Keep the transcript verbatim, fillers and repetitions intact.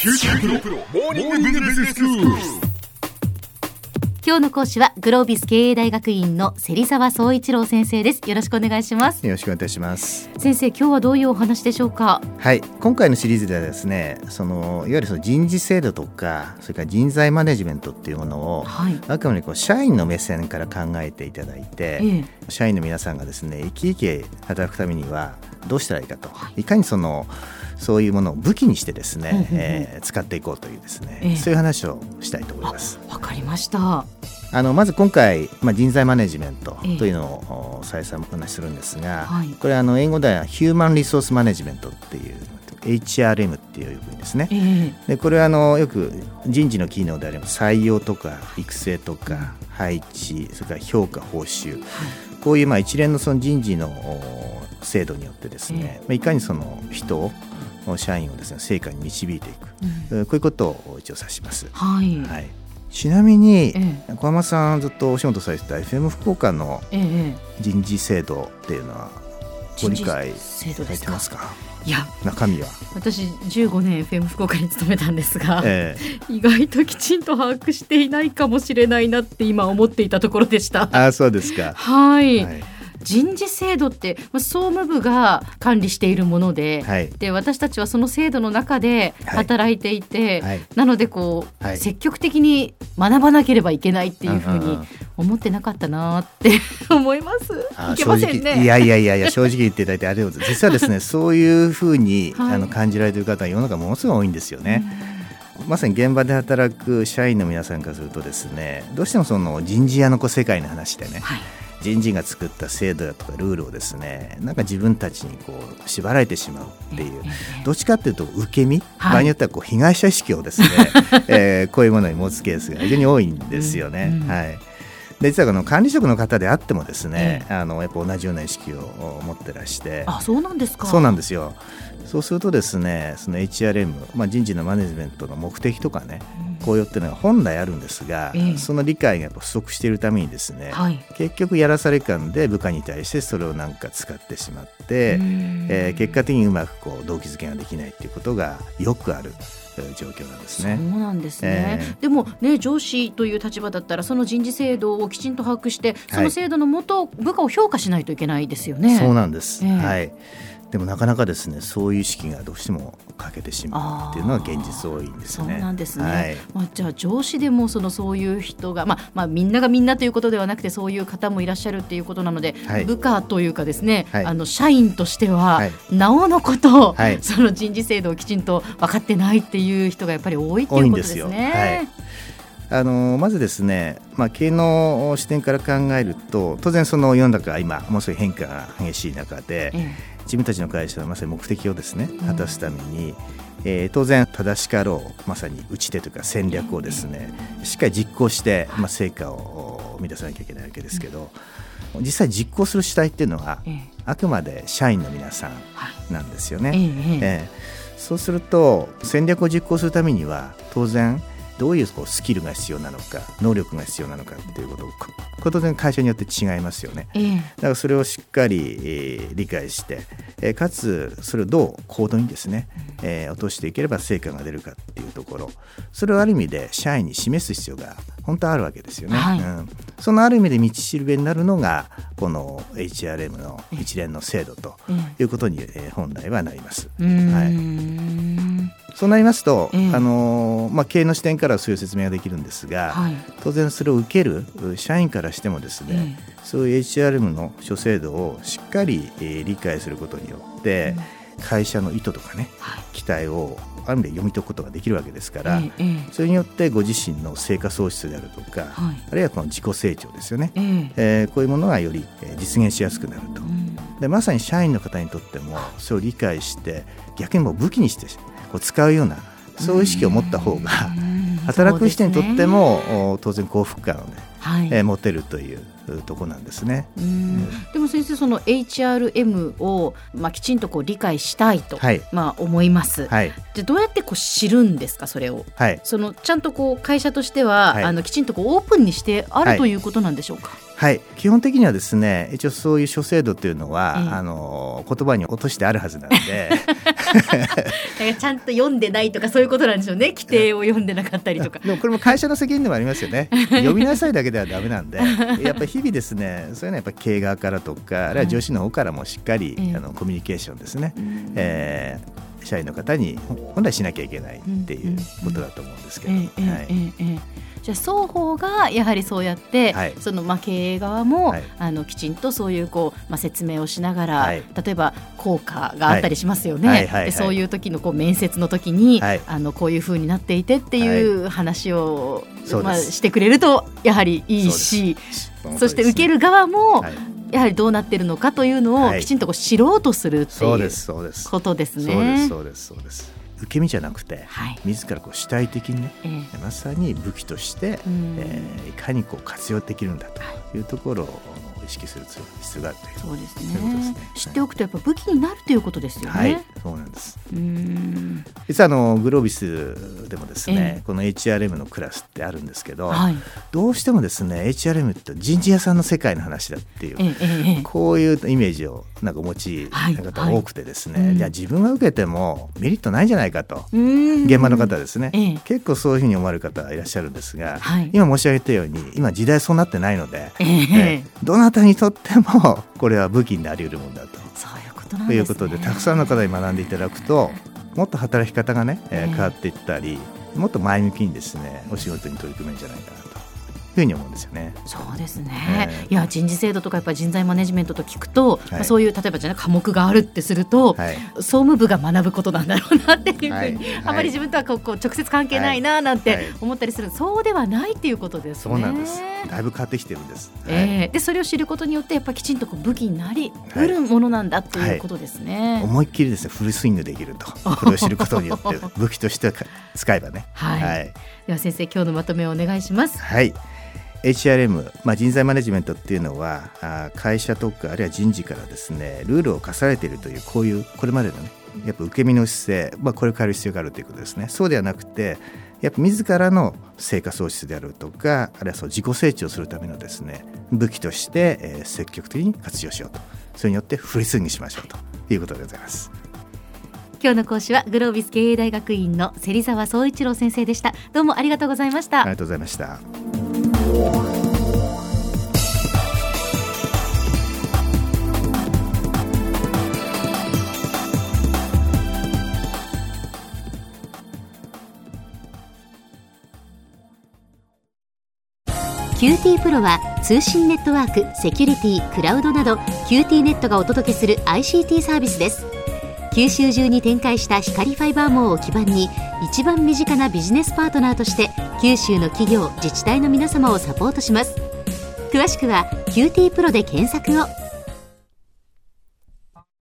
キューティープロモーニングビジネススクール。 今日の講師はグロービス経営大学院の芹沢総一郎先生です。よろしくお願いします。 よろしくお願いいたします。 先生、今日はどういうお話でしょうか？ はい、今回のシリーズではですね、そのいわゆるその人事制度とか、それから人材マネジメントっていうものを、はい、あくまでこう社員の目線から考えていただいて、ええ、社員の皆さんがですね、生き生き働くためにはどうしたらいいかと、はい、いかにそのそういうものを武器にしてですね、うんうんうん、えー、使っていこうというですね、ええ、そういう話をしたいと思います。 わかりました。 あのまず今回、まあ、人材マネジメントというのを再三お話しするんですが、ええ、これはあの英語ではヒューマンリソースマネジメントっていう エイチアールエム っていう呼ぶんですね、ええ、でこれはあのよく人事の機能であれば採用とか育成とか配置、それから評価報酬、はい、こういうまあ一連のその人事の制度によってですね、ええ、いかにその人を社員をですね成果に導いていく、うん、こういうことを一応指します。はい、はい。ちなみに、ええ、小浜さんずっとお仕事されてた エフエム 福岡の人事制度っていうのはご理解されてますか？ いや、 中身は私じゅうごねん エフエム 福岡に勤めたんですが、ええ、意外ときちんと把握していないかもしれないなって今思っていたところでした。 あ、そうですか。 はい、はい。人事制度って総務部が管理しているもの で,、はい、で私たちはその制度の中で働いていて、はい、なのでこう、はい、積極的に学ばなければいけないっていうふうに思ってなかったなって思います。 あ、 いけませんね。 いやいやいやいや、正直言っていただいてありがとうございます。実はですねそういうふうに、はい、あの感じられている方は世の中ものすごい多いんですよね。まさに現場で働く社員の皆さんからするとですね、どうしてもその人事屋のこう世界の話でね、はい、人事が作った制度だとかルールをですね、なんか自分たちにこう縛られてしまうっていう、どっちかっていうと受け身、はい、場合によってはこう被害者意識をですね、えー、こういうものに持つケースが非常に多いんですよね。うんうん、はい。で実はこの管理職の方であってもですね、えー、あのやっぱ同じような意識を持ってらして。 あ、そうなんですか。 そうなんですよ。そうするとですね、その エイチアールエム、まあ、人事のマネジメントの目的とかね、効用っていうのが本来あるんですが、えー、その理解がやっぱ不足しているためにですね、はい、結局やらされ感で部下に対してそれをなんか使ってしまって、えー、結果的にうまくこう動機づけができないっていうことがよくある状況なんですね。 そうなんですね。えー、でもね、上司という立場だったらその人事制度をきちんと把握してその制度のもと、はい、部下を評価しないといけないですよね。 そうなんです。えー、はい。でもなかなかですね、そういう意識がどうしても欠けてしまうっていうのは現実多いんですよね。 そうなんですね。 はい。 まあ、じゃあ上司でもそのそういう人が、まあまあ、みんながみんなということではなくてそういう方もいらっしゃるっていうことなので、はい、部下というかですね、はい、あの社員としては、はい、なおのこと、はい、その人事制度をきちんと分かってないっていう人がやっぱり多いっていうことですね。多いんですよ。はい。 あのまずですね、まあ、経営の視点から考えると当然その世の中今ものすごい変化が激しい中で、うん、自分たちの会社はまさに目的をですね果たすために、うん、えー、当然正しかろうまさに打ち手というか戦略をですね、うん、しっかり実行して、まあ、成果を生み出さなきゃいけないわけですけど、うん、実際実行する主体っていうのは、うん、あくまで社員の皆さんなんですよね。はい、えーえー、そうすると戦略を実行するためには当然どういうこうスキルが必要なのか能力が必要なのかっていうことを当然会社によって違いますよね。えー、だからそれをしっかり、えー、理解して、えー、かつそれをどう行動にですね、えー、落としていければ成果が出るかっていうところ、それをある意味で社員に示す必要が本当はあるわけですよね。はい、うん、そのある意味で道しるべになるのがこの エイチアールエム の一連の制度ということに、えー、本来はなります。はい、そうなりますと、えーあのまあ、経営の視点からそういう説明ができるんですが、はい、当然それを受ける社員からしてもですね、えー、そういう エイチアールエム の諸制度をしっかり、えー、理解することによって、うん、会社の意図とかね、はい、期待をある意味で読み解くことができるわけですから、えー、それによってご自身の成果創出であるとか、はい、あるいはこの自己成長ですよね、えーえー、こういうものがより実現しやすくなると、うん、でまさに社員の方にとってもそれを理解して逆にもう武器にしてこう使うようなそういう意識を持った方が働く人にとっても当然幸福感を、ね、はい、えー、持てるというところなんですね。 うん、うん、でも先生その エイチアールエム を、まあ、きちんとこう理解したいと、はい、まあ、思います。はい、でどうやってこう知るんですかそれを。はい、そのちゃんとこう会社としては、はい、あのきちんとこうオープンにしてあるということなんでしょうか。 はい、基本的にはですね、一応そういう諸制度というのは、ええ、あの言葉に落としてあるはずなんでだからちゃんと読んでないとかそういうことなんでしょうね。規定を読んでなかったりとかでもこれも会社の責任でもありますよね読みなさいだけではダメなんでやっぱり日々ですね、そういうのはやっぱ経営側からとか、あるいは上司の方からもしっかり、ええ、あのコミュニケーションですね、えー、社員の方に本来しなきゃいけないっていうことだと思うんですけど、 じゃあ双方がやはりそうやって、はい、そのまあ経営側も、はい、あのきちんとそういうこう、まあ、説明をしながら、はい、例えば効果があったりしますよね、はいはいはいはい、でそういう時のこう面接の時に、はい、あのこういう風になっていてっていう話を、はい、まあ、してくれるとやはりいいし、 そ, そ, そして受ける側も、はい、やはりどうなっているのかというのをきちんとこう知ろうとするっていうことですね。 そうですそうですそうです受け身じゃなくて、はい、自らこう主体的にね、えー、まさに武器として、えー、いかにこう活用できるんだというところを意識する必要があるという、 そうですね、そういうことですね。知っておくとやっぱ武器になるということですよね。 はい、そうなんです。うーん、実はあのグロービスでもですね、えー、この エイチアールエム のクラスってあるんですけど、はい、どうしてもですね エイチアールエム って人事屋さんの世界の話だっていう、えーえー、こういうイメージをなんかお持ちの方が多くてですね、はいはい、じゃあ自分が受けてもメリットないんじゃないかと、現場の方ですね、えー、結構そういうふうに思われる方いらっしゃるんですが、はい、今申し上げたように今時代そうなってないので、えーえー、どなたにとってもこれは武器になり得るものだと、 そういうことなんですね。ということでたくさんの方に学んでいただくともっと働き方がね、えー、変わっていったり、もっと前向きにですねお仕事に取り組めるんじゃないかなというふうに思うんですよね。 そうですね、えー、いや人事制度とかやっぱり人材マネジメントと聞くと、はい、まあ、そういう例えばじゃあ科目があるってすると、はい、総務部が学ぶことなんだろうなっていうふうに、はい、あまり自分とはこうこう直接関係ないななんて思ったりする、はいはい、そうではないっていうことですね。 そうなんです。だいぶ変わってきてるんです、 はい、えー、でそれを知ることによってやっぱりきちんとこう武器になり得るものなんだということですね、 はい、思いっきりですねフルスイングできるとこれを知ることによって武器として使えばね、はいはい、 では先生今日のまとめをお願いします。 はい、エイチアールエム、まあ、人材マネジメントっていうのはあ会社とかあるいは人事からですねルールを課されているというこういうこれまでのねやっぱ受け身の姿勢、まあ、これを変える必要があるということですね。そうではなくてやっぱ自らの成果創出であるとかあるいはそう自己成長するためのですね武器として、えー、積極的に活用しようと、それによってフルスイングしましょうということでございます。 今日の講師はグロービス経営大学院の芹沢総一郎先生でした。どうもありがとうございました。 ありがとうございました。 キューティー プロは通信ネットワーク、セキュリティ、クラウドなど キューティー ネットがお届けする アイシーティー サービスです。九州中に展開した光ファイバー網を基盤に一番身近なビジネスパートナーとして九州の企業、自治体の皆様をサポートします。詳しくは キューティー プロで検索を。